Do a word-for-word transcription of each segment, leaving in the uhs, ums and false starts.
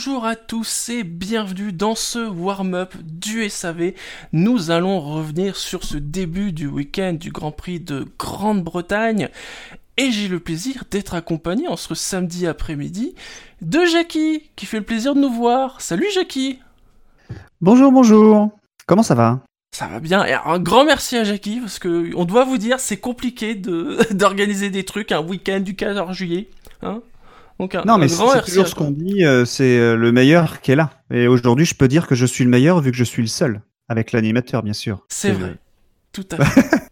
Bonjour à tous et bienvenue dans ce warm-up du S A V. Nous allons revenir sur ce début du week-end du Grand Prix de Grande-Bretagne. Et j'ai le plaisir d'être accompagné en ce samedi après-midi de Jackie, qui fait le plaisir de nous voir. Salut Jackie. Bonjour, bonjour. Comment ça va ? Ça va bien, et un grand merci à Jackie, parce que on doit vous dire, c'est compliqué de d'organiser des trucs un week-end du quatorze juillet, hein. Donc un, non, mais un grand c'est merci toujours ce qu'on dit, euh, c'est euh, le meilleur qui est là. Et aujourd'hui, je peux dire que je suis le meilleur vu que je suis le seul, avec l'animateur, bien sûr. C'est, c'est vrai. vrai, tout à fait.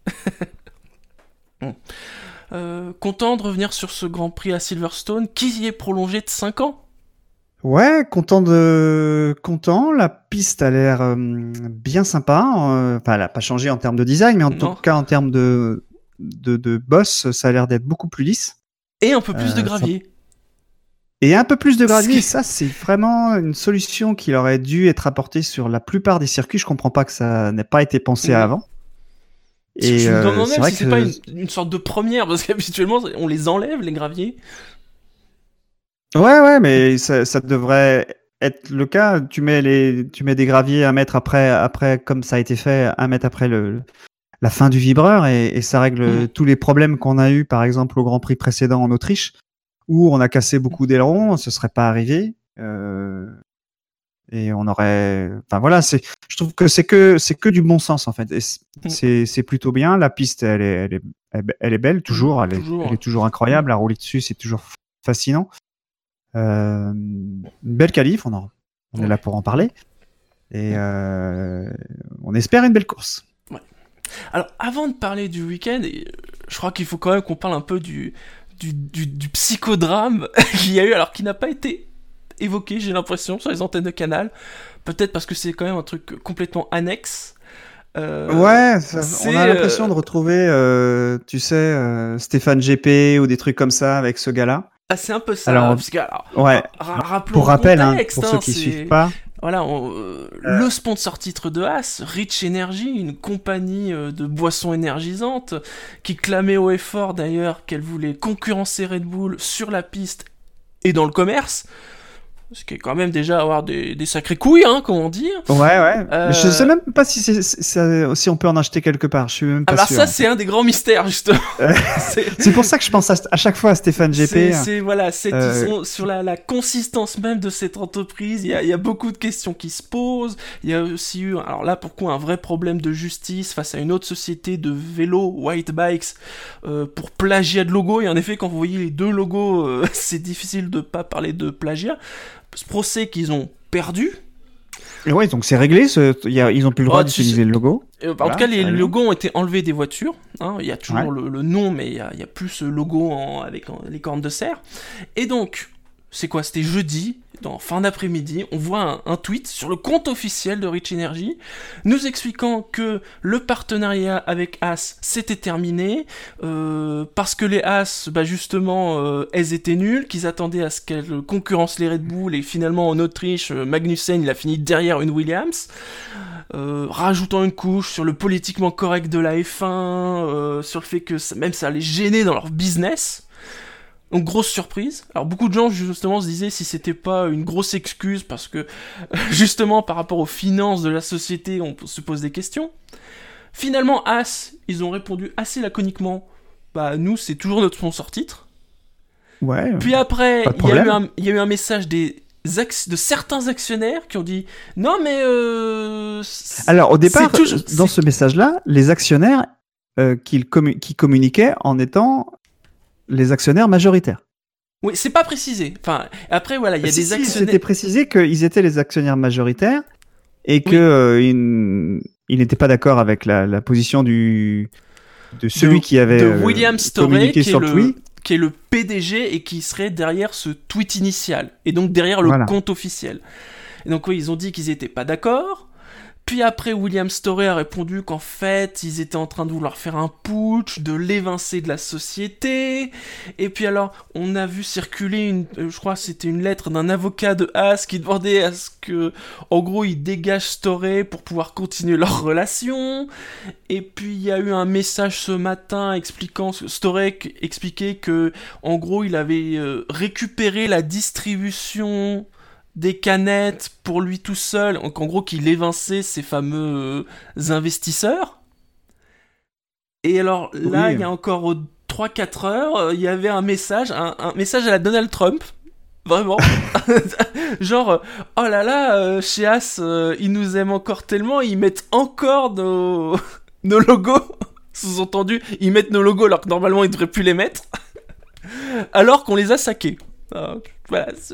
bon. euh, content de revenir sur ce Grand Prix à Silverstone, qui y est prolongé de cinq ans. Ouais, content de content. La piste a l'air euh, bien sympa. Euh, enfin, elle n'a pas changé en termes de design, mais en non. tout cas en termes de de, de boss, ça a l'air d'être beaucoup plus lisse. Et un peu plus euh, de gravier. Ça... Et un peu plus de gravier, qui... ça c'est vraiment une solution qui aurait dû être apportée sur la plupart des circuits. Je comprends pas que ça n'ait pas été pensé mmh. avant. Et je me demande euh, même si c'est que... pas une, une sorte de première, parce qu'habituellement on les enlève les graviers. Ouais, ouais, mais ça, ça devrait être le cas. Tu mets les, tu mets des graviers un mètre après, après, comme ça a été fait, un mètre après le, la fin du vibreur, et, et ça règle mmh. tous les problèmes qu'on a eu, par exemple, au Grand Prix précédent en Autriche, où on a cassé beaucoup d'ailerons, ce serait pas arrivé, euh, et on aurait, enfin voilà, c'est, je trouve que c'est que, c'est que du bon sens en fait. Et c'est, c'est plutôt bien. La piste, elle est, elle est, elle est belle toujours, elle est, toujours. Elle est toujours incroyable. À rouler dessus, c'est toujours fascinant. Euh, une belle qualif, on, en, on ouais. est là pour en parler, et euh, on espère une belle course. Ouais. Alors, avant de parler du week-end, je crois qu'il faut quand même qu'on parle un peu du, du, du, du psychodrame qu'il y a eu, alors qui n'a pas été évoqué, j'ai l'impression, sur les antennes de Canal. Peut-être parce que c'est quand même un truc complètement annexe. Euh, ouais, ça, on a l'impression euh... de retrouver, euh, tu sais, euh, Stéphane G P ou des trucs comme ça avec ce gars-là. Ah, c'est un peu ça. Alors, parce que, alors, ouais. ra- pour rappel, contexte, hein, pour hein, ceux qui c'est... suivent pas. Voilà, on, euh, euh... le sponsor titre de Haas, Rich Energy, une compagnie euh, de boissons énergisantes, qui clamait haut et fort d'ailleurs qu'elle voulait concurrencer Red Bull sur la piste et dans le commerce. Ce qui est quand même déjà avoir des, des sacrées couilles, hein, comment dire. Ouais, ouais. Euh... Mais je sais même pas si, c'est, c'est, si on peut en acheter quelque part. Je suis même pas Alors sûr. Alors ça, c'est un des grands mystères, justement. c'est... c'est pour ça que je pense à, à chaque fois à Stéphane G P. C'est, c'est voilà, c'est, euh... ils sont sur la, la consistance même de cette entreprise. Il y a, il y a beaucoup de questions qui se posent. Il y a aussi eu, alors là, pourquoi un vrai problème de justice face à une autre société de vélo, White Bikes, euh, pour plagiat de logos. Et en effet, quand vous voyez les deux logos, euh, c'est difficile de pas parler de plagiat. Ce procès qu'ils ont perdu. Et ouais, donc c'est réglé, ce... Il y a... ils ont plus le droit oh, d'utiliser sais... le logo. En voilà, tout cas, les logos ont été enlevés des voitures. Hein. Il y a toujours ouais. le, le nom, mais il y a, il y a plus ce logo en... avec en... les cornes de cerf. Et donc, c'est quoi ? C'était jeudi, en fin d'après-midi, on voit un, un tweet sur le compte officiel de Rich Energy nous expliquant que le partenariat avec Haas s'était terminé euh, parce que les Haas, bah justement, euh, elles étaient nulles, qu'ils attendaient à ce qu'elles concurrencent les Red Bull, et finalement en Autriche, Magnussen il a fini derrière une Williams. Euh, rajoutant une couche sur le politiquement correct de la F un, euh, sur le fait que ça, même ça allait gêner dans leur business. Donc grosse surprise. Alors beaucoup de gens justement se disaient si c'était pas une grosse excuse parce que justement par rapport aux finances de la société on se pose des questions. Finalement Haas, ils ont répondu assez laconiquement. Bah nous c'est toujours notre sponsor titre. Ouais. Puis après il y a eu un il y a eu un message des Ac- de certains actionnaires qui ont dit non mais euh, alors au départ toujours... dans ce message-là les actionnaires euh, qui, commu- qui communiquaient en étant les actionnaires majoritaires. Oui, c'est pas précisé. Enfin, après, voilà, il y a si, des si, actionnaires... C'était précisé qu'ils étaient les actionnaires majoritaires et qu'ils oui. euh, ils n'étaient pas d'accord avec la, la position du, de celui de, qui avait de William Storey, communiqué qui sur est le tweet. Qui est le P D G et qui serait derrière ce tweet initial. Et donc derrière le voilà. compte officiel. Et donc oui, ils ont dit qu'ils étaient pas d'accord. Puis après, William Storey a répondu qu'en fait, ils étaient en train de vouloir faire un putsch, de l'évincer de la société. Et puis alors, on a vu circuler, une, je crois que c'était une lettre d'un avocat de Haas qui demandait à ce que, en gros, ils dégagent Storey pour pouvoir continuer leur relation. Et puis, il y a eu un message ce matin expliquant, Storey expliquait que, en gros, il avait euh, récupéré la distribution des canettes pour lui tout seul, donc en gros qu'il évinçait ces fameux euh, investisseurs. Et alors là, il oui. y a encore trois quatre heures, il y avait un message, un, un message à la Donald Trump, vraiment. Genre, oh là là, euh, chez As, euh, ils nous aiment encore tellement, ils mettent encore nos, nos logos. Sous-entendu, ils mettent nos logos alors que normalement ils devraient plus les mettre. Alors qu'on les a saqués. Alors, voilà, c'est...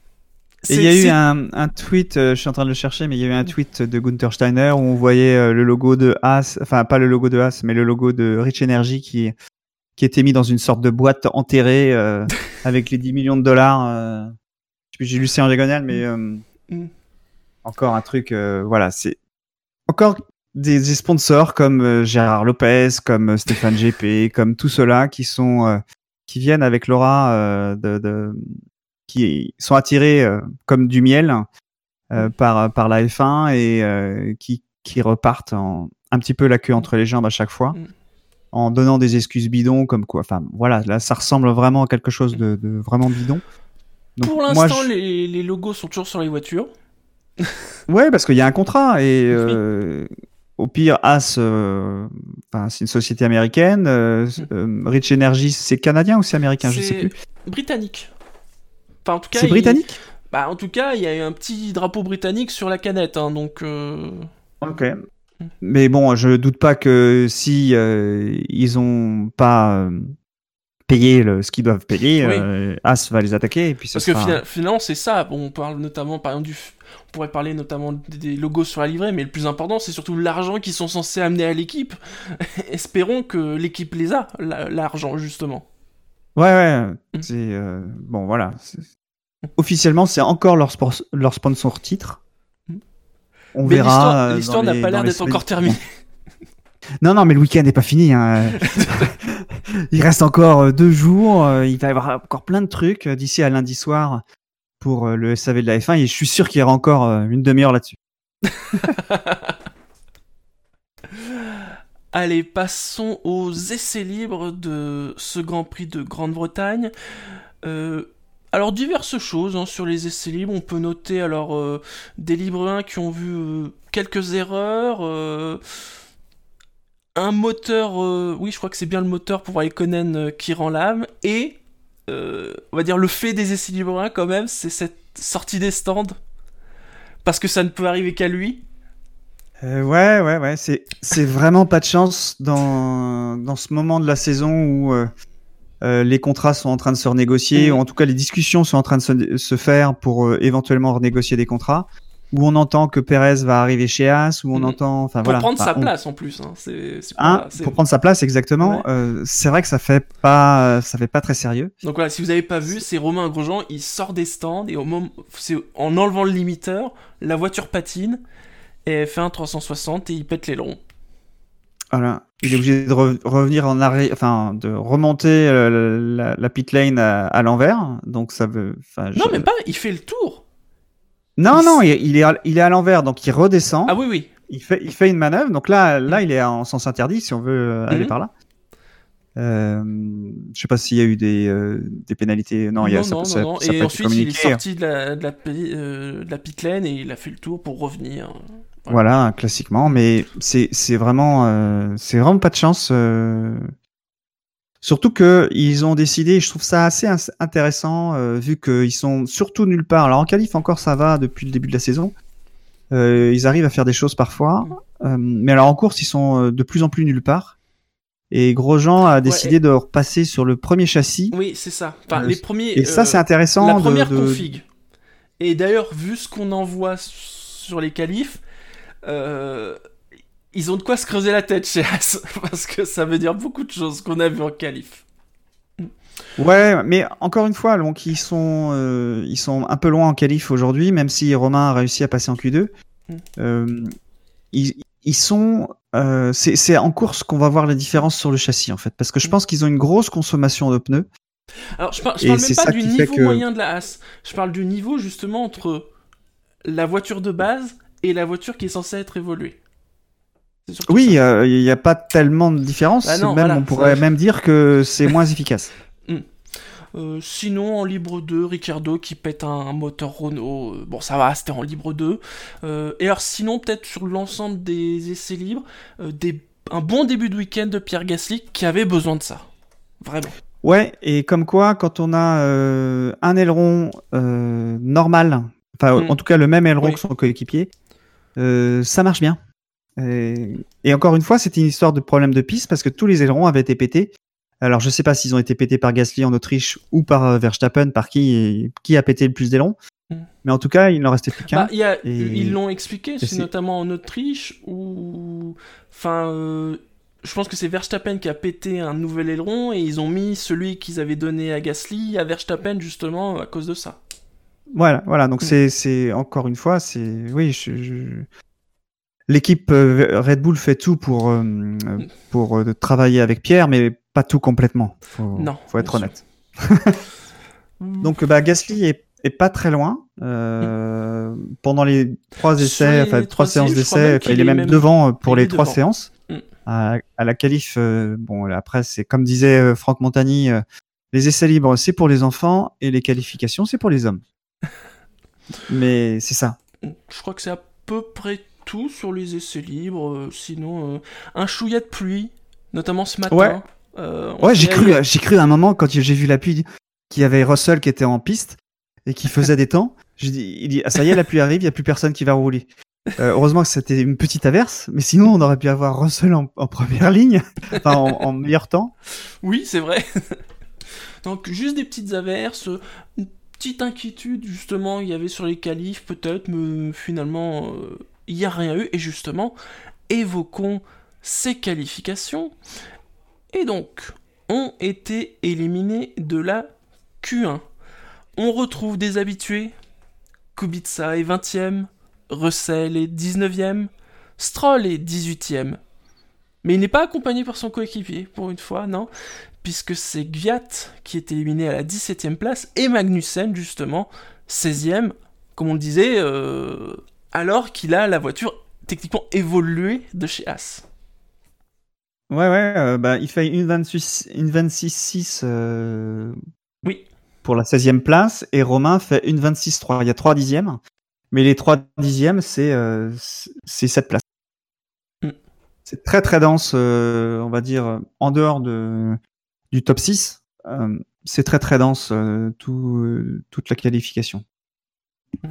Et il y a c'est... eu un, un tweet, euh, je suis en train de le chercher, mais il y a eu un tweet de Gunther Steiner où on voyait euh, le logo de As, enfin pas le logo de As, mais le logo de Rich Energy qui, qui était mis dans une sorte de boîte enterrée euh, avec les dix millions de dollars. Euh... J'ai lu ça en diagonale, mais euh, mm. encore un truc, euh, voilà, c'est encore des, des sponsors comme euh, Gérard Lopez, comme euh, Stéphane G P, comme tous ceux-là qui sont euh, qui viennent avec l'aura euh, de, de qui sont attirés euh, comme du miel euh, par par la F un et euh, qui qui repartent en, un petit peu la queue entre les jambes à chaque fois, mm. en donnant des excuses bidons comme quoi. Enfin voilà, là ça ressemble vraiment à quelque chose de, de vraiment bidon. Donc, pour l'instant, je... les, les logos sont toujours sur les voitures. Ouais, parce qu'il y a un contrat et euh, au pire, As, euh, c'est une société américaine. Euh, euh, Rich Energy, c'est canadien ou c'est américain, c'est je sais plus. Britannique. Enfin, en tout cas, c'est il... britannique. Bah, en tout cas, il y a eu un petit drapeau britannique sur la canette, hein, donc. Euh... Ok. Mais bon, je doute pas que si euh, ils ont pas. Euh, payer le, ce qu'ils doivent payer, oui. euh, As va les attaquer et puis ça parce sera... que finalement c'est ça, bon, on parle notamment par exemple du, on pourrait parler notamment des logos sur la livrée, mais le plus important c'est surtout l'argent qu'ils sont censés amener à l'équipe. Espérons que l'équipe les a, l'argent justement. Ouais ouais, mmh. c'est euh, bon voilà. C'est... Officiellement c'est encore leur, sport, leur sponsor titre. Mmh. On mais verra. L'histoire, l'histoire n'a les, pas l'air d'être semaines... encore terminée. Non non mais le week-end n'est pas fini. Hein. Il reste encore deux jours, il va y avoir encore plein de trucs d'ici à lundi soir pour le S A V de la F un et je suis sûr qu'il y aura encore une demi-heure là-dessus. Allez, passons aux essais libres de ce Grand Prix de Grande-Bretagne. Euh, alors, diverses choses hein, sur les essais libres. On peut noter alors euh, des libres un qui ont vu euh, quelques erreurs... Euh, un moteur, euh, oui je crois que c'est bien le moteur pour Raikkonen euh, qui rend l'âme, et euh, on va dire le fait des essais libres un quand même, c'est cette sortie des stands, parce que ça ne peut arriver qu'à lui. Euh, ouais, ouais, ouais, c'est, c'est vraiment pas de chance dans, dans ce moment de la saison où euh, euh, les contrats sont en train de se renégocier, mmh. ou en tout cas les discussions sont en train de se, se faire pour euh, éventuellement renégocier des contrats. Où on entend que Pérez va arriver chez As, où on mmh. entend, enfin pour voilà, prendre enfin, sa on... place en plus. Hein. C'est, c'est hein, pas, c'est... pour prendre sa place exactement. Ouais. Euh, c'est vrai que ça fait pas, ça fait pas très sérieux. Donc voilà, si vous avez pas vu, c'est Romain Grosjean, il sort des stands et au moment, c'est en enlevant le limiteur, la voiture patine et elle fait un trois cent soixante et il pète l'aileron. Voilà, il est obligé de re- revenir en arrière, enfin de remonter euh, la, la pit lane à, à l'envers. Donc ça veut, enfin. Non, je... même pas. Il fait le tour. Non, il non, il, il est, à, il est à l'envers, donc il redescend. Ah oui, oui. Il fait, il fait une manœuvre. Donc là, là, il est en sens interdit si on veut aller mm-hmm. par là. Euh, je sais pas s'il y a eu des, euh, des pénalités. Non, non, il y a non, ça, non, ça, non. ça et ensuite, il est sorti hein. de la, de la, euh, de la pit lane et il a fait le tour pour revenir. Voilà, voilà classiquement. Mais c'est, c'est vraiment, euh, c'est vraiment pas de chance. Euh... Surtout que ils ont décidé, je trouve ça assez intéressant, euh, vu qu'ils sont surtout nulle part. Alors en qualif encore ça va depuis le début de la saison. Euh, ils arrivent à faire des choses parfois, euh, mais alors en course ils sont de plus en plus nulle part. Et Grosjean a décidé ouais, et... de repasser sur le premier châssis. Oui, c'est ça. Enfin, euh, les premiers. Et ça, euh, c'est intéressant. La première de, de... config. Et d'ailleurs, vu ce qu'on en voit sur les qualifs, euh, ils ont de quoi se creuser la tête chez As, parce que ça veut dire beaucoup de choses qu'on a vu en qualif. Ouais, mais encore une fois, donc ils sont, euh, ils sont un peu loin en qualif aujourd'hui, même si Romain a réussi à passer en Q deux. Mm. Euh, ils, ils sont, euh, c'est, c'est en course qu'on va voir la différence sur le châssis en fait, parce que je pense qu'ils ont une grosse consommation de pneus. Alors je, par, je parle même pas du niveau que... moyen de la As, je parle du niveau justement entre la voiture de base et la voiture qui est censée être évoluée. Oui, il euh, n'y a pas tellement de différence. Bah non, même, voilà, on pourrait ça... même dire que c'est moins efficace. Mm. Euh, sinon, en libre deux, Ricciardo qui pète un, un moteur Renault. Euh, bon, ça va, c'était en libre deux. Euh, et alors, sinon, peut-être sur l'ensemble des essais libres, euh, des, un bon début de week-end de Pierre Gasly qui avait besoin de ça. Vraiment. Ouais, et comme quoi, quand on a euh, un aileron euh, normal, enfin, Mm. en tout cas le même aileron Oui. que son coéquipier, euh, ça marche bien. Et, et encore une fois, c'était une histoire de problème de piste parce que tous les ailerons avaient été pétés. Alors, je sais pas s'ils ont été pétés par Gasly en Autriche ou par euh, Verstappen, par qui qui a pété le plus d'ailerons. Mm. Mais en tout cas, il n'en restait plus qu'un. Bah, y a, et... Ils l'ont expliqué, c'est, c'est notamment en Autriche, où... Enfin, euh, je pense que c'est Verstappen qui a pété un nouvel aileron, et ils ont mis celui qu'ils avaient donné à Gasly à Verstappen, justement, à cause de ça. Voilà, voilà. Donc, Mm. c'est, c'est, encore une fois, c'est... Oui, je... je... L'équipe euh, Red Bull fait tout pour, euh, pour euh, travailler avec Pierre, mais pas tout complètement. Faut, Non, faut être bien honnête. Donc, bah, Gasly est, est pas très loin. Euh, Mm. pendant les trois Sur essais, les enfin trois trois séances essais, je crois même d'essais, enfin, qu'il il est est même, même- devant pour il les est trois devant. séances. Mm. À, à la qualif, euh, bon, après, c'est comme disait euh, Franck Montagny, euh, les essais libres, c'est pour les enfants et les qualifications, c'est pour les hommes. Mais c'est ça. Je crois que c'est à peu près tout sur les essais libres. euh, sinon, euh, un chouïa de pluie, notamment ce matin. Ouais. Euh, on Ouais, j'ai s'est cru, réveillé- j'ai cru à un moment quand j'ai vu la pluie, qu'il y avait Russell qui était en piste et qui faisait des temps. J'ai dit, il dit, ah, ça y est, la pluie arrive, il y a plus personne qui va rouler. Euh, heureusement que c'était une petite averse, mais sinon on aurait pu avoir Russell en, en première ligne, enfin en, en meilleur temps. Oui, c'est vrai. Donc, juste des petites averses, une petite inquiétude, justement, il y avait sur les qualifs, peut-être, mais finalement, euh, il n'y a rien eu. Et justement, évoquons ces qualifications. Et donc, ont été éliminés de la Q un. On retrouve des habitués. Kubica est vingtième, Russell est dix-neuvième, Stroll est dix-huitième. Mais il n'est pas accompagné par son coéquipier, pour une fois, non, puisque c'est Gviat qui est éliminé à la dix-septième place, et Magnussen, justement, seizième, comme on le disait, euh, alors qu'il a la voiture techniquement évoluée de chez Haas. Ouais, ouais, euh, bah, il fait une vingt-six une vingt-six six euh, Oui. pour la seizième place et Romain fait une vingt-six trois. Il y a trois dixièmes, mais les trois dixièmes, c'est euh, c'est sept places. Mm. C'est très très dense, euh, on va dire, en dehors de, du top six. Euh, c'est très très dense, euh, tout, euh, toute la qualification. Mm.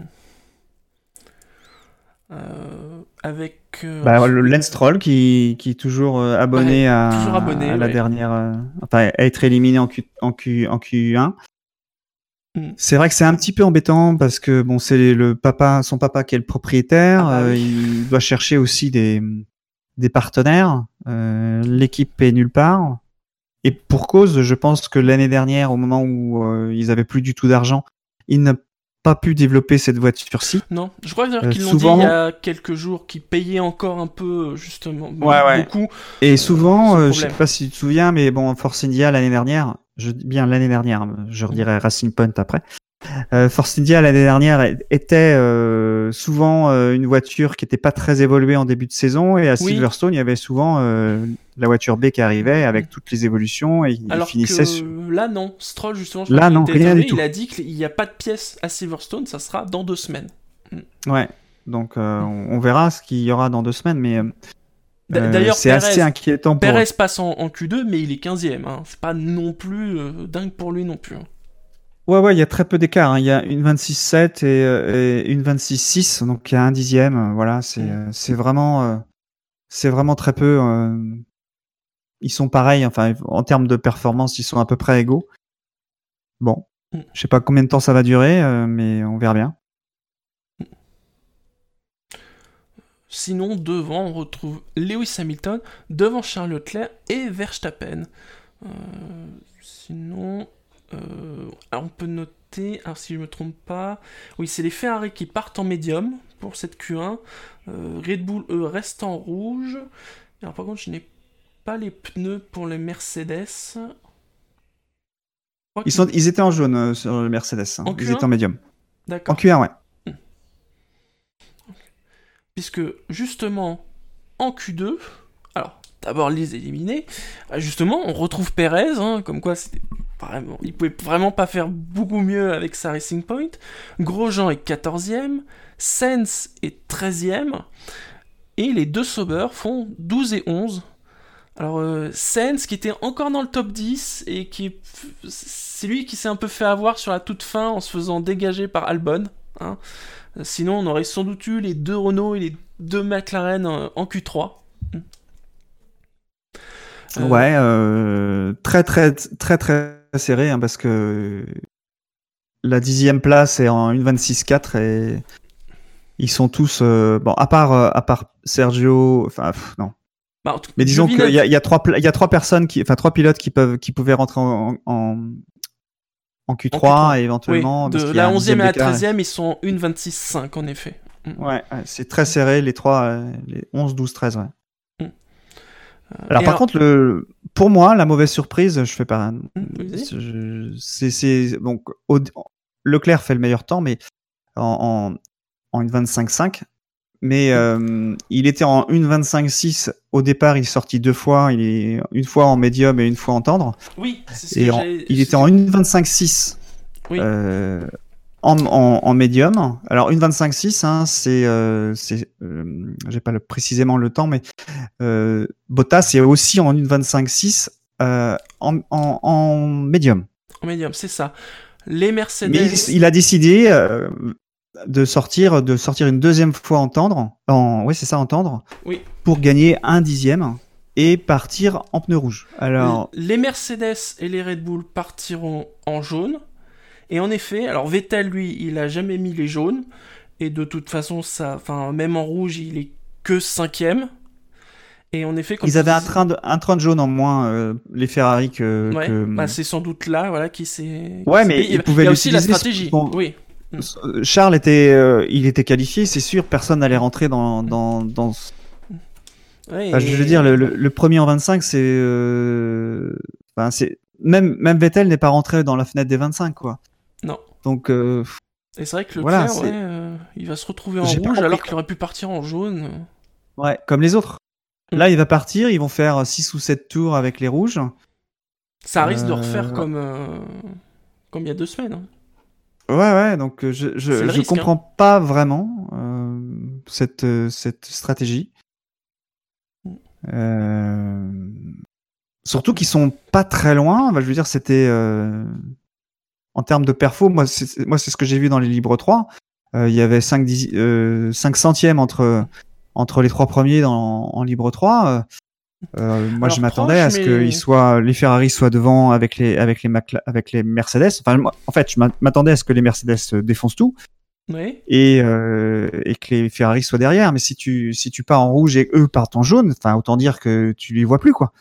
Euh, avec euh, Bah, le Lance Stroll qui, qui est toujours euh, abonné, Ouais, à, toujours abonné, à la ouais. dernière, euh, enfin, à être éliminé en, Q, en, Q, en Q un. Mm. C'est vrai que c'est un petit peu embêtant parce que bon, c'est le papa, son papa qui est le propriétaire. Ah bah euh, oui. Il doit chercher aussi des, des partenaires. Euh, L'équipe est nulle part. Et pour cause, je pense que l'année dernière, au moment où euh, ils avaient plus du tout d'argent, ils n'ont pas pu développer cette voiture-ci. Non, je crois d'ailleurs Euh, qu'ils l'ont souvent- dit il y a quelques jours, qu'ils payaient encore un peu, justement, Ouais, ouais. beaucoup. Et souvent, sans euh, je sais problème. pas si tu te souviens, mais bon, Force India l'année dernière, je dis bien l'année dernière, je redirai Racing Point après. Euh, Force India l'année dernière était euh, souvent euh, une voiture qui était pas très évoluée en début de saison, et à Oui. Silverstone, il y avait souvent euh, la voiture B qui arrivait avec toutes les évolutions et il Alors finissait que sur... là, non. Stroll, justement, je Là, crois qu'il non, était rien étonné, du tout. il a dit qu'il n'y a pas de pièces à Silverstone, ça sera dans deux semaines. Ouais. Donc euh, on, on verra ce qu'il y aura dans deux semaines, mais euh, D- euh, D'ailleurs, c'est Perez, assez inquiétant pour eux. Perez passe en, en Q deux, mais il est quinzième. Hein. C'est pas non plus euh, dingue pour lui non plus. hein. Ouais, ouais, il y a très peu d'écart. Hein. Il y a une vingt-six sept et, euh, et une vingt-six six, donc il y a un dixième. euh, Voilà, c'est Mm. euh, c'est vraiment, euh, c'est vraiment très peu. euh, Ils sont pareils. Enfin, en termes de performance, ils sont à peu près égaux. Bon, Mm. je sais pas combien de temps ça va durer, euh, mais on verra bien. Sinon, devant, on retrouve Lewis Hamilton, devant Charles Leclerc et Verstappen. Euh, sinon, euh, alors on peut noter, alors si je me trompe pas, oui, c'est les Ferrari qui partent en médium pour cette Q un. Euh, Red Bull, eux, restent en rouge. Alors par contre, je n'ai pas les pneus pour les Mercedes. Je crois Ils qu'ils- sont, ils étaient en jaune euh, sur le Mercedes. hein. En Ils Q un? étaient en médium. En D'accord. Q un, ouais. Puisque justement, en Q deux, alors d'abord les éliminer, bah, justement on retrouve Perez, hein, comme quoi c'était vraiment, il pouvait vraiment pas faire beaucoup mieux avec sa Racing Point. Grosjean est quatorzième, Sainz est treizième, et les deux Sauber font douze et onze. Alors, euh, Sainz, qui était encore dans le top dix, et qui est... c'est lui qui s'est un peu fait avoir sur la toute fin en se faisant dégager par Albon. Hein. Sinon, on aurait sans doute eu les deux Renault et les deux McLaren en Q trois. Euh... Ouais, euh, très, très, très, très serré, hein, parce que la dixième place est en une vingt-six quatre et ils sont tous... Euh... Bon, à part, euh, à part Sergio... Enfin, pff, non. Bah, tout, mais disons qu'il y, y a trois il y a trois personnes qui enfin trois pilotes qui peuvent qui pouvaient rentrer en en, en Q trois, en Q trois. Et éventuellement oui, de la onzième à la treizième ils sont une vingt-six cinq en effet. Ouais, ouais, c'est très serré les trois les onze douze treize ouais. Mm. Euh, alors par alors... contre le pour moi la mauvaise surprise, je fais pas mm, je, c'est c'est donc au, Leclerc fait le meilleur temps mais en en, en une vingt-cinq cinq. Mais euh, il était en une vingt-cinq six au départ, il est sorti deux fois, il est une fois en médium et une fois en tendre. Oui, c'est ce et que en, j'ai... il était en une vingt-cinq six oui. euh, en, en, en médium. Alors une vingt-cinq six, hein, c'est, euh, c'est euh, j'ai pas le, précisément le temps, mais euh, Bottas est aussi en une vingt-cinq six euh, en, en, en médium. En médium, c'est ça. Les Mercedes. Mais il, il a décidé. Euh, de sortir de sortir une deuxième fois en tendre en oui c'est ça en tendre oui. pour gagner un dixième et partir en pneu rouge. Alors les Mercedes et les Red Bull partiront en jaune et en effet alors Vettel lui il a jamais mis les jaunes et de toute façon ça enfin même en rouge il est que cinquième et en effet comme ils avaient dis... un train de un train de jaune en moins euh, les Ferrari que, ouais, que... Bah, c'est sans doute là voilà qui s'est ouais qui mais s'est... ils pouvaient il y a aussi la l'utiliser stratégie bon... oui. Charles était, euh, il était qualifié, c'est sûr, personne n'allait rentrer dans dans dans. Ouais, enfin, je veux dire, le, le, le premier en vingt-cinq, c'est, euh... enfin, c'est même même Vettel n'est pas rentré dans la fenêtre des vingt-cinq, quoi. Non. Donc. Euh... Et c'est vrai que Leclerc, voilà, ouais, euh, il va se retrouver en J'ai rouge alors qu'il aurait pu partir en jaune. Ouais, comme les autres. Mm. Là, il va partir, ils vont faire six ou sept tours avec les rouges. Ça risque euh... de refaire comme euh... comme il y a deux semaines. Hein. Ouais, ouais, donc je je, je risque, comprends hein. pas vraiment euh, cette cette stratégie. Euh... Surtout qu'ils sont pas très loin. Bah, je veux dire, c'était euh... en termes de perfo, moi c'est moi c'est ce que j'ai vu dans les Libre trois. Il euh, y avait cinq centièmes entre entre les trois premiers dans, en Libre trois. Euh, moi, alors, je m'attendais proche, à ce mais... que ils soient, les Ferrari soient devant avec les, avec les, Macla... avec les Mercedes. Enfin, moi, en fait, je m'attendais à ce que les Mercedes défoncent tout oui. et, euh, et que les Ferrari soient derrière. Mais si tu, si tu pars en rouge et eux partent en jaune, enfin, autant dire que tu les vois plus, quoi.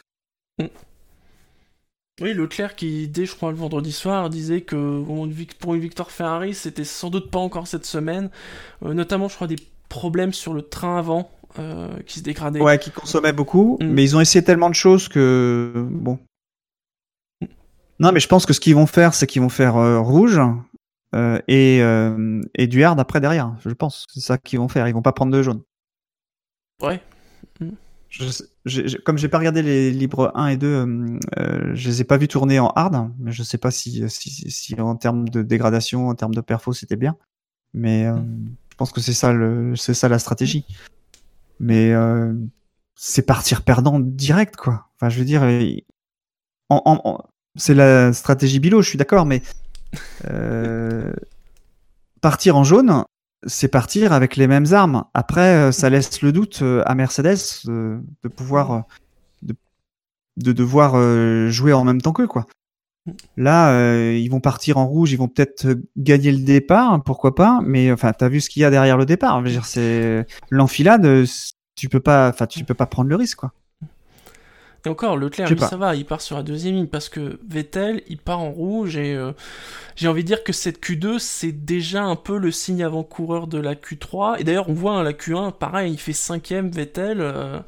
Oui, Leclerc qui, dès, je crois, le vendredi soir, disait que bon, pour une victoire Ferrari, c'était sans doute pas encore cette semaine. Euh, notamment, je crois, des problèmes sur le train avant. Euh, qui se dégradait. Ouais, qui consommait beaucoup, mm. mais ils ont essayé tellement de choses que bon. Mm. Non, mais je pense que ce qu'ils vont faire, c'est qu'ils vont faire euh, rouge euh, et euh, et du hard après derrière. Je pense, c'est ça qu'ils vont faire. Ils vont pas prendre de jaune. Ouais. Mm. Je, je, comme j'ai pas regardé les libres un et deux, euh, je les ai pas vus tourner en hard, mais je sais pas si si, si en termes de dégradation, en termes de perfo, c'était bien. Mais euh, mm. je pense que c'est ça le, c'est ça la stratégie. Mais euh, c'est partir perdant direct, quoi. Enfin, je veux dire, en, en, en, c'est la stratégie Bilo, je suis d'accord, mais euh, partir en jaune, c'est partir avec les mêmes armes. Après, ça laisse le doute à Mercedes euh, de pouvoir, de, de devoir euh, jouer en même temps qu'eux, quoi. Là, euh, ils vont partir en rouge, ils vont peut-être gagner le départ, pourquoi pas. Mais enfin, t'as vu ce qu'il y a derrière le départ. Je veux dire, c'est l'enfilade. Tu peux pas, enfin, tu peux pas prendre le risque, quoi. Et encore, Leclerc, lui, ça va, il part sur la deuxième ligne parce que Vettel, il part en rouge et euh, j'ai envie de dire que cette Q deux, c'est déjà un peu le signe avant-coureur de la Q trois. Et d'ailleurs, on voit hein, la Q un, pareil, il fait cinquième Vettel. Euh...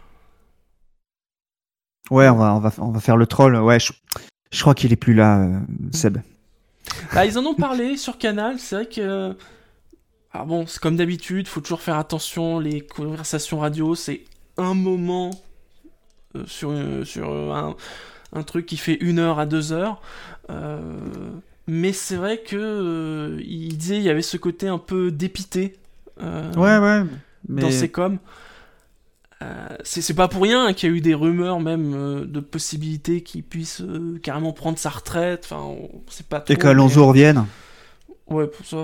Ouais, on va, on va, on va faire le troll. Ouais, je, je crois qu'il est plus là, euh, Seb. Bah, ils en ont parlé sur Canal. C'est vrai que, alors bon, c'est comme d'habitude, faut toujours faire attention. Les conversations radio, c'est un moment euh, sur, euh, sur euh, un, un truc qui fait une heure à deux heures. Euh, mais c'est vrai que euh, il disait il y avait ce côté un peu dépité. Euh, ouais, ouais. Mais... Dans ses coms. Euh, c'est, c'est pas pour rien hein, qu'il y a eu des rumeurs même euh, de possibilités qu'il puisse euh, carrément prendre sa retraite. Enfin, on sait pas trop. Et qu'Alonso mais... revienne. Ouais, pour ça.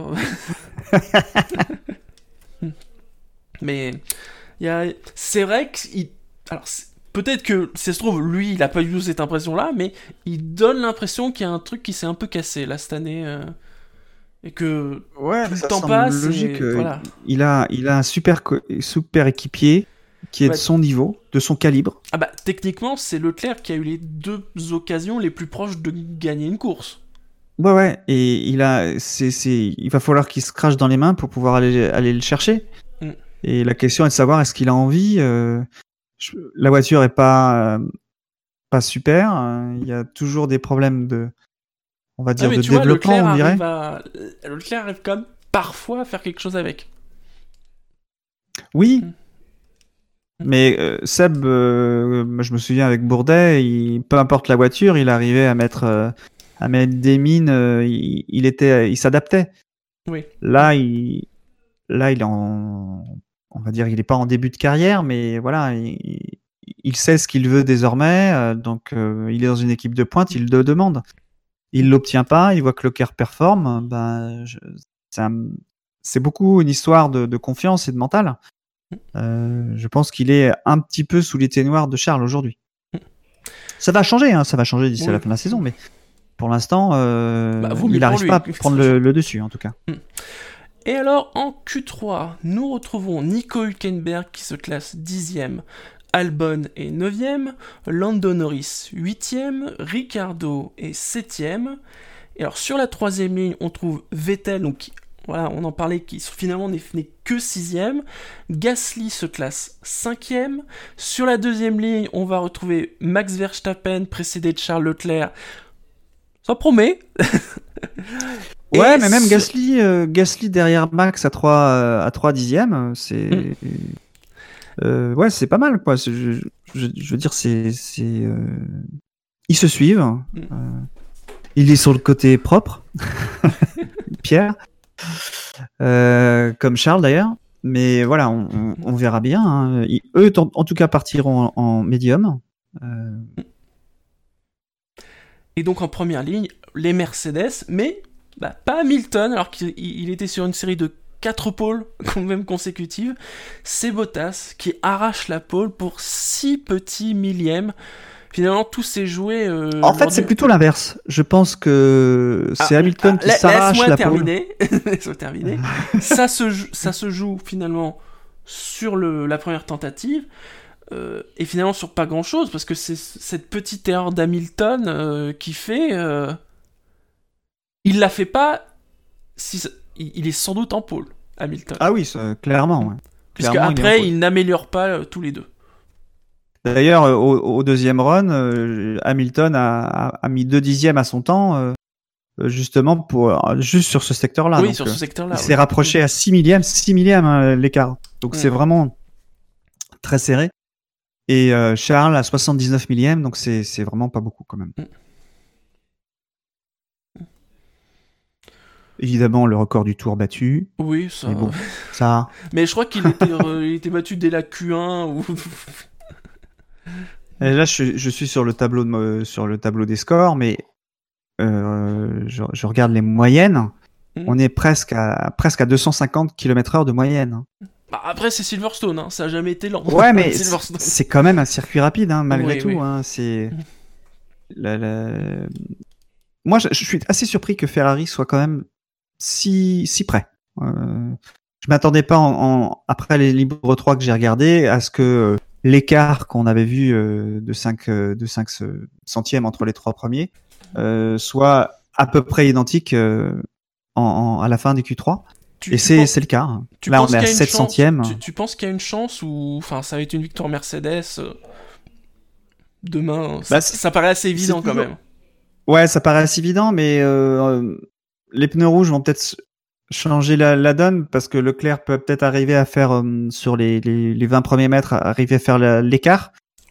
Mais y a... c'est vrai que il... alors c'est... peut-être que si ça se trouve lui il a pas eu cette impression-là, mais il donne l'impression qu'il y a un truc qui s'est un peu cassé là cette année. Euh... Et que ouais, plus ça le temps semble passe, logique. et... voilà. Il a, il a un super, co- super équipier qui est ouais. de son niveau, de son calibre. Ah bah techniquement, c'est Leclerc qui a eu les deux occasions les plus proches de gagner une course. Ouais, ouais. Et il a, c'est, c'est, il va falloir qu'il se crache dans les mains pour pouvoir aller, aller le chercher. Mm. Et la question est de savoir est-ce qu'il a envie. Euh, je, la voiture est pas, euh, pas super. Hein, il y a toujours des problèmes de. On va dire ah, de tu développement, vois, on dirait. À... Leclerc arrive quand même parfois à faire quelque chose avec. Oui. Mmh. Mais euh, Seb, euh, je me souviens avec Bourdet, il, peu importe la voiture, il arrivait à mettre, euh, à mettre des mines, euh, il, il, était, il s'adaptait. Oui. Là, il, là, il est en, on va dire, il n'est pas en début de carrière, mais voilà, il, il sait ce qu'il veut désormais, euh, donc euh, il est dans une équipe de pointe, il le demande. Il l'obtient pas, il voit que Leclerc performe, ben, je, c'est, un, c'est beaucoup une histoire de, de confiance et de mental. Euh, je pense qu'il est un petit peu sous les ténoirs de Charles aujourd'hui. Ça va changer, hein, ça va changer d'ici oui. à la fin de la saison, mais pour l'instant, euh, bah, il n'arrive pas à prendre le, le dessus, en tout cas. Et alors, en Q trois, nous retrouvons Nico Hülkenberg qui se classe dixième, Albon est neuvième, Lando Norris huitième, Ricciardo est septième. Et alors sur la troisième ligne, on trouve Vettel, donc voilà, on en parlait, qui finalement n'est, n'est que sixième. Gasly se classe cinquième. Sur la deuxième ligne, on va retrouver Max Verstappen, précédé de Charles Leclerc. Ça promet. Ouais, mais même ce... Gasly, euh, Gasly derrière Max à trois, euh, à trois dixièmes, c'est... Mm. Euh, ouais, c'est pas mal, quoi. C'est, je, je, je veux dire, c'est, c'est, euh... ils se suivent. Mm. Euh... Il est sur le côté propre, Pierre, euh, comme Charles d'ailleurs. Mais voilà, on, on, on verra bien. Hein. Ils, eux, en, en tout cas, partiront en, en médium. Euh... Et donc en première ligne, les Mercedes, mais bah, pas Hamilton, alors qu'il il était sur une série de quatre pôles quand même consécutives. C'est Bottas qui arrache la pole pour six petits millièmes. Finalement, tout s'est joué. Euh, en fait, c'est du... plutôt l'inverse. Je pense que c'est ah, Hamilton ah, qui la, s'arrache la terminer. Laisse-moi terminer. ça, se, ça se joue finalement sur le, la première tentative. Euh, et finalement sur pas grand chose, parce que c'est cette petite erreur d'Hamilton euh, qui fait. Euh... Il la fait pas. Si ça... Il est sans doute en pôle, Hamilton. Ah oui, ça, clairement. Ouais. Puisque clairement, après, il, il n'améliore pas euh, tous les deux. D'ailleurs, au, au deuxième run, euh, Hamilton a, a, a mis deux dixièmes à son temps, euh, justement pour euh, juste sur ce secteur-là. Oui, donc, sur ce secteur-là. Il oui. s'est rapproché à six millièmes, six millièmes hein, l'écart. Donc mmh. c'est vraiment très serré. Et euh, Charles à soixante-dix-neuf millièmes, donc c'est, c'est vraiment pas beaucoup quand même. Mmh. Évidemment, le record du tour battu. Oui, ça. Mais bon, ça. Mais je crois qu'il était, euh, il était battu dès la Q un ou. Et là, je, je suis sur le tableau de, sur le tableau des scores, mais euh, je, je regarde les moyennes. Mmh. On est presque à presque à deux cent cinquante kilomètres heure de moyenne. Bah après, c'est Silverstone, hein, ça a jamais été lent. Ouais, mais c'est, c'est quand même un circuit rapide, hein, malgré oui, tout. Oui. Hein, c'est Mmh. la, la... Moi, je, je suis assez surpris que Ferrari soit quand même si si près. Euh, je m'attendais pas en, en après les libres trois que j'ai regardés à ce que l'écart qu'on avait vu euh, de cinq de cinq centièmes entre les trois premiers euh, soit à peu près identique euh, en, en, à la fin du Q trois. Tu, et tu c'est, penses, c'est le cas. Là, on est à sept centièmes. Tu, tu penses qu'il y a une chance ou enfin ça va être une victoire Mercedes euh, demain bah, ça, ça paraît assez évident quand même. Ouais, ça paraît assez évident, mais euh, les pneus rouges vont peut-être changer la, la donne parce que Leclerc peut peut-être arriver à faire euh, sur les, les, les vingt premiers mètres arriver à faire la, l'écart. Oui.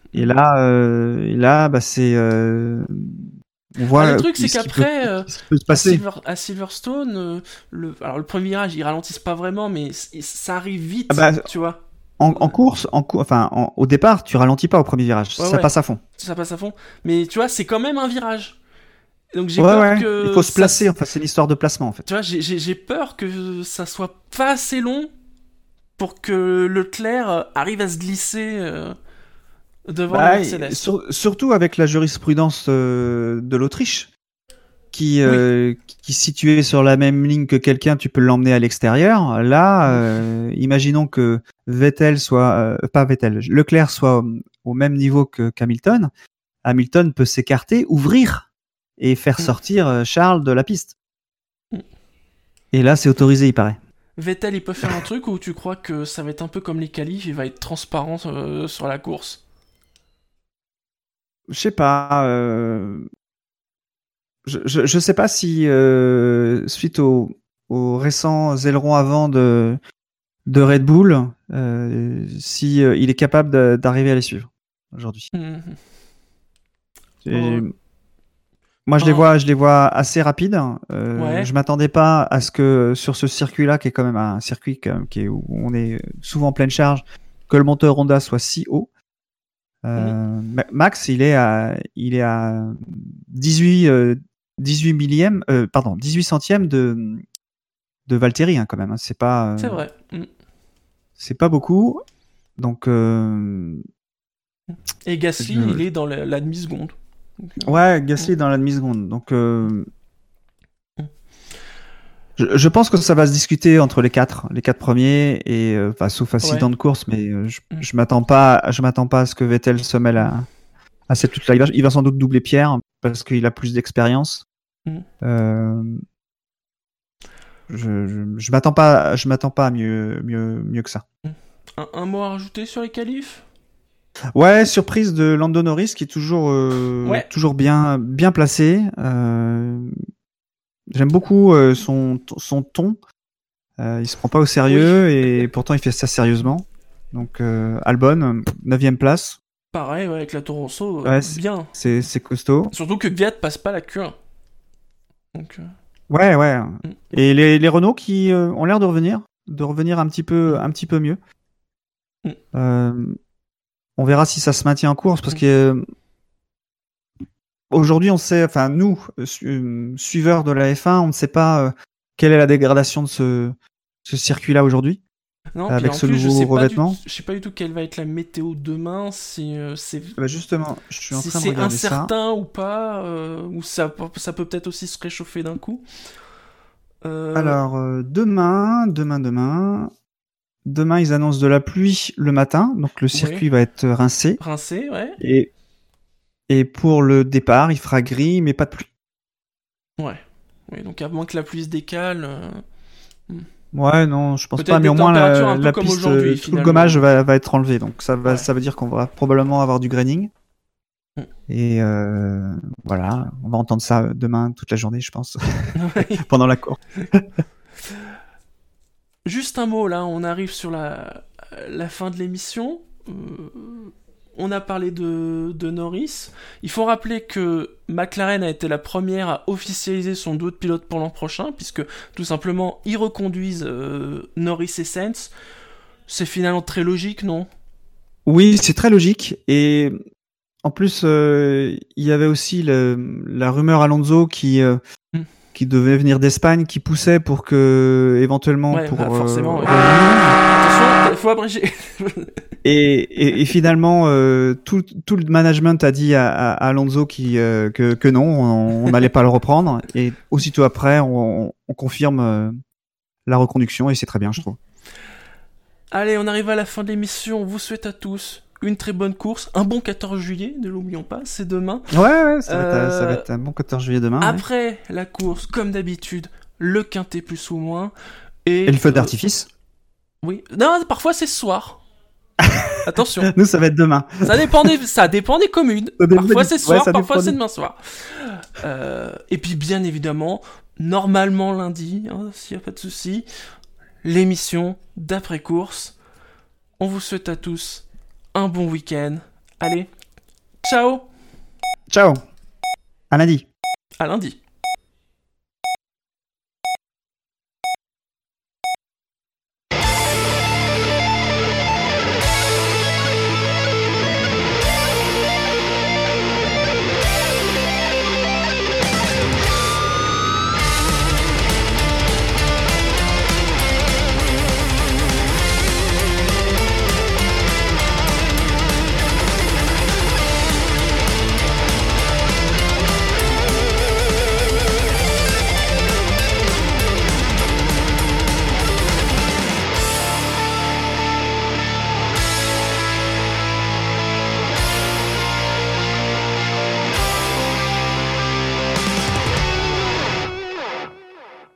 Et là, euh, et là, bah c'est, euh, on voit. Ah, le truc, c'est ce qui qu'après, peut- euh, ce qui peut se à, passer. Silver- à Silverstone, euh, le, alors le premier virage, ils ralentissent pas vraiment, mais c- ça arrive vite, Ah bah, tu vois. En, en course, en cou- enfin, en- au départ, tu ralentis pas au premier virage, Ouais, ça ouais. passe à fond. Ça passe à fond. Mais tu vois, c'est quand même un virage. Donc j'ai Ouais, peur ouais. que. Il faut se ça placer. s- Enfin, c'est l'histoire de placement en fait. Tu vois, j'ai- j'ai j'ai peur que ça soit pas assez long pour que Leclerc euh, arrive à se glisser euh, devant Bah, la Mercedes. sur- surtout avec la jurisprudence euh, de l'Autriche, qui, euh, qui situé sur la même ligne que quelqu'un, tu peux l'emmener à l'extérieur. Là, euh, imaginons que Vettel soit, euh, pas Vettel, Leclerc soit au, au même niveau que qu'Hamilton. Hamilton peut s'écarter, ouvrir et faire Mm. sortir euh, Charles de la piste. Mm. Et là, c'est autorisé, il paraît. Vettel, il peut faire un truc où tu crois que ça va être un peu comme les qualifs, il va être transparent euh, sur la course. Je sais pas. euh, Je, je, je sais pas si euh, suite au, au récent aileron avant de de Red Bull, euh, si euh, il est capable de- d'arriver à les suivre aujourd'hui. Mhm. Et Oh. Moi, je les Oh. vois, je les vois assez rapides. Euh, Ouais. Je m'attendais pas à ce que sur ce circuit-là, qui est quand même un circuit quand même, qui est où on est souvent en pleine charge, que le moteur Honda soit si haut. Euh, Ma- Max, il est à, il est à dix-huit, euh, dix-huit millièmes, euh, pardon, dix-huit centièmes de de Valtteri hein, quand même. hein. C'est pas, euh, C'est vrai. Mm. c'est pas beaucoup. Donc euh, Et Gasly, Je- il est dans la, la demi-seconde. Donc, euh, ouais, Gasly est dans la demi-seconde. Donc euh, Mm. je, je pense que ça va se discuter entre les quatre, les quatre premiers, et euh, enfin, sauf accident Ouais. de course, mais euh, je, Mm. je m'attends pas, je m'attends pas à ce que Vettel se mêle à, à cette lutte-là. Il va, il va sans doute doubler Pierre parce qu'il a plus d'expérience. Mm. Euh, je, je, je m'attends pas, je m'attends pas à mieux, mieux, mieux que ça. un, un mot à rajouter sur les qualifs? Ouais, surprise de Lando Norris qui est toujours, euh, Ouais. toujours bien, bien placé. Euh, j'aime beaucoup euh, son, son ton. Euh, il se prend pas au sérieux et pourtant il fait ça sérieusement. Donc euh, Albon, neuvième place, Pareil, ouais, avec la Toro Rosso, euh, Ouais, c'est- bien. c'est, c'est costaud. Surtout que Gviat passe pas la Q un. Donc, euh, Ouais, ouais. Et les, les Renault qui euh, ont l'air de revenir, de revenir un petit peu, un petit peu mieux. Mm. Euh, on verra si ça se maintient en course parce Mm. que euh, aujourd'hui on sait, enfin nous, euh, su- euh, suiveurs de la F un, on ne sait pas euh, quelle est la dégradation de ce, ce circuit-là aujourd'hui. non, Avec puis en ce plus, je nouveau sais pas, du, revêtement. je sais pas du tout quelle va être la météo demain, si euh, c'est Bah justement, je suis en si train de c'est regarder ça. incertain ou pas, euh, ou ça, ça peut peut-être aussi se réchauffer d'un coup. Euh, Alors euh, demain, demain, demain, demain ils annoncent de la pluie le matin, donc le circuit va être rincé. rincé, ouais. Et et pour le départ, il fera gris, mais pas de pluie. Ouais. Oui, donc à moins que la pluie se décale. euh, Ouais, non, je pense Peut-être pas, mais des au moins températures la, un peu la comme piste, aujourd'hui, euh, tout finalement. le gommage va, va être enlevé, donc ça va, Ouais. ça veut dire qu'on va probablement avoir du graining. Mm. Et euh, voilà, on va entendre ça demain toute la journée, je pense, Ouais. pendant la course. Juste un mot, là, on arrive sur la, la fin de l'émission. Euh, on a parlé de, de Norris. Il faut rappeler que McLaren a été la première à officialiser son duo de pilote pour l'an prochain, puisque tout simplement, ils reconduisent euh, Norris et Sainz. C'est finalement très logique, non? Oui, c'est très logique. Et en plus, euh, il y avait aussi le, la rumeur Alonso qui, euh, Mm. qui devait venir d'Espagne, qui poussait pour que, éventuellement, Ouais, pour bah, forcément. euh, ouais. revenir. Attention, il faut abréger. Et, et, et finalement, euh, tout, tout le management a dit à, à, à Alonso qui, euh, que, que non, on n'allait pas le reprendre. Et aussitôt après, on, on confirme euh, la reconduction et c'est très bien, je trouve. Allez, on arrive à la fin de l'émission. On vous souhaite à tous une très bonne course. Un bon quatorze juillet, ne l'oublions pas, c'est demain. Ouais, ouais, ça, va être, Euh, ça va être un bon quatorze juillet demain. ouais. Après la course, comme d'habitude, le quintet plus ou moins. Et, Et le feu euh, d'artifice. Oui. Non, parfois c'est ce soir. Attention. Nous, ça va être demain. Ça dépend des, ça dépend des communes. Ça dépend Parfois des- c'est ce ouais, soir, ça parfois dépend c'est des- demain soir. Euh, et puis bien évidemment, normalement lundi, hein, s'il n'y a pas de souci, l'émission d'après-course. On vous souhaite à tous un bon week-end. Allez, ciao. Ciao. À lundi. À lundi.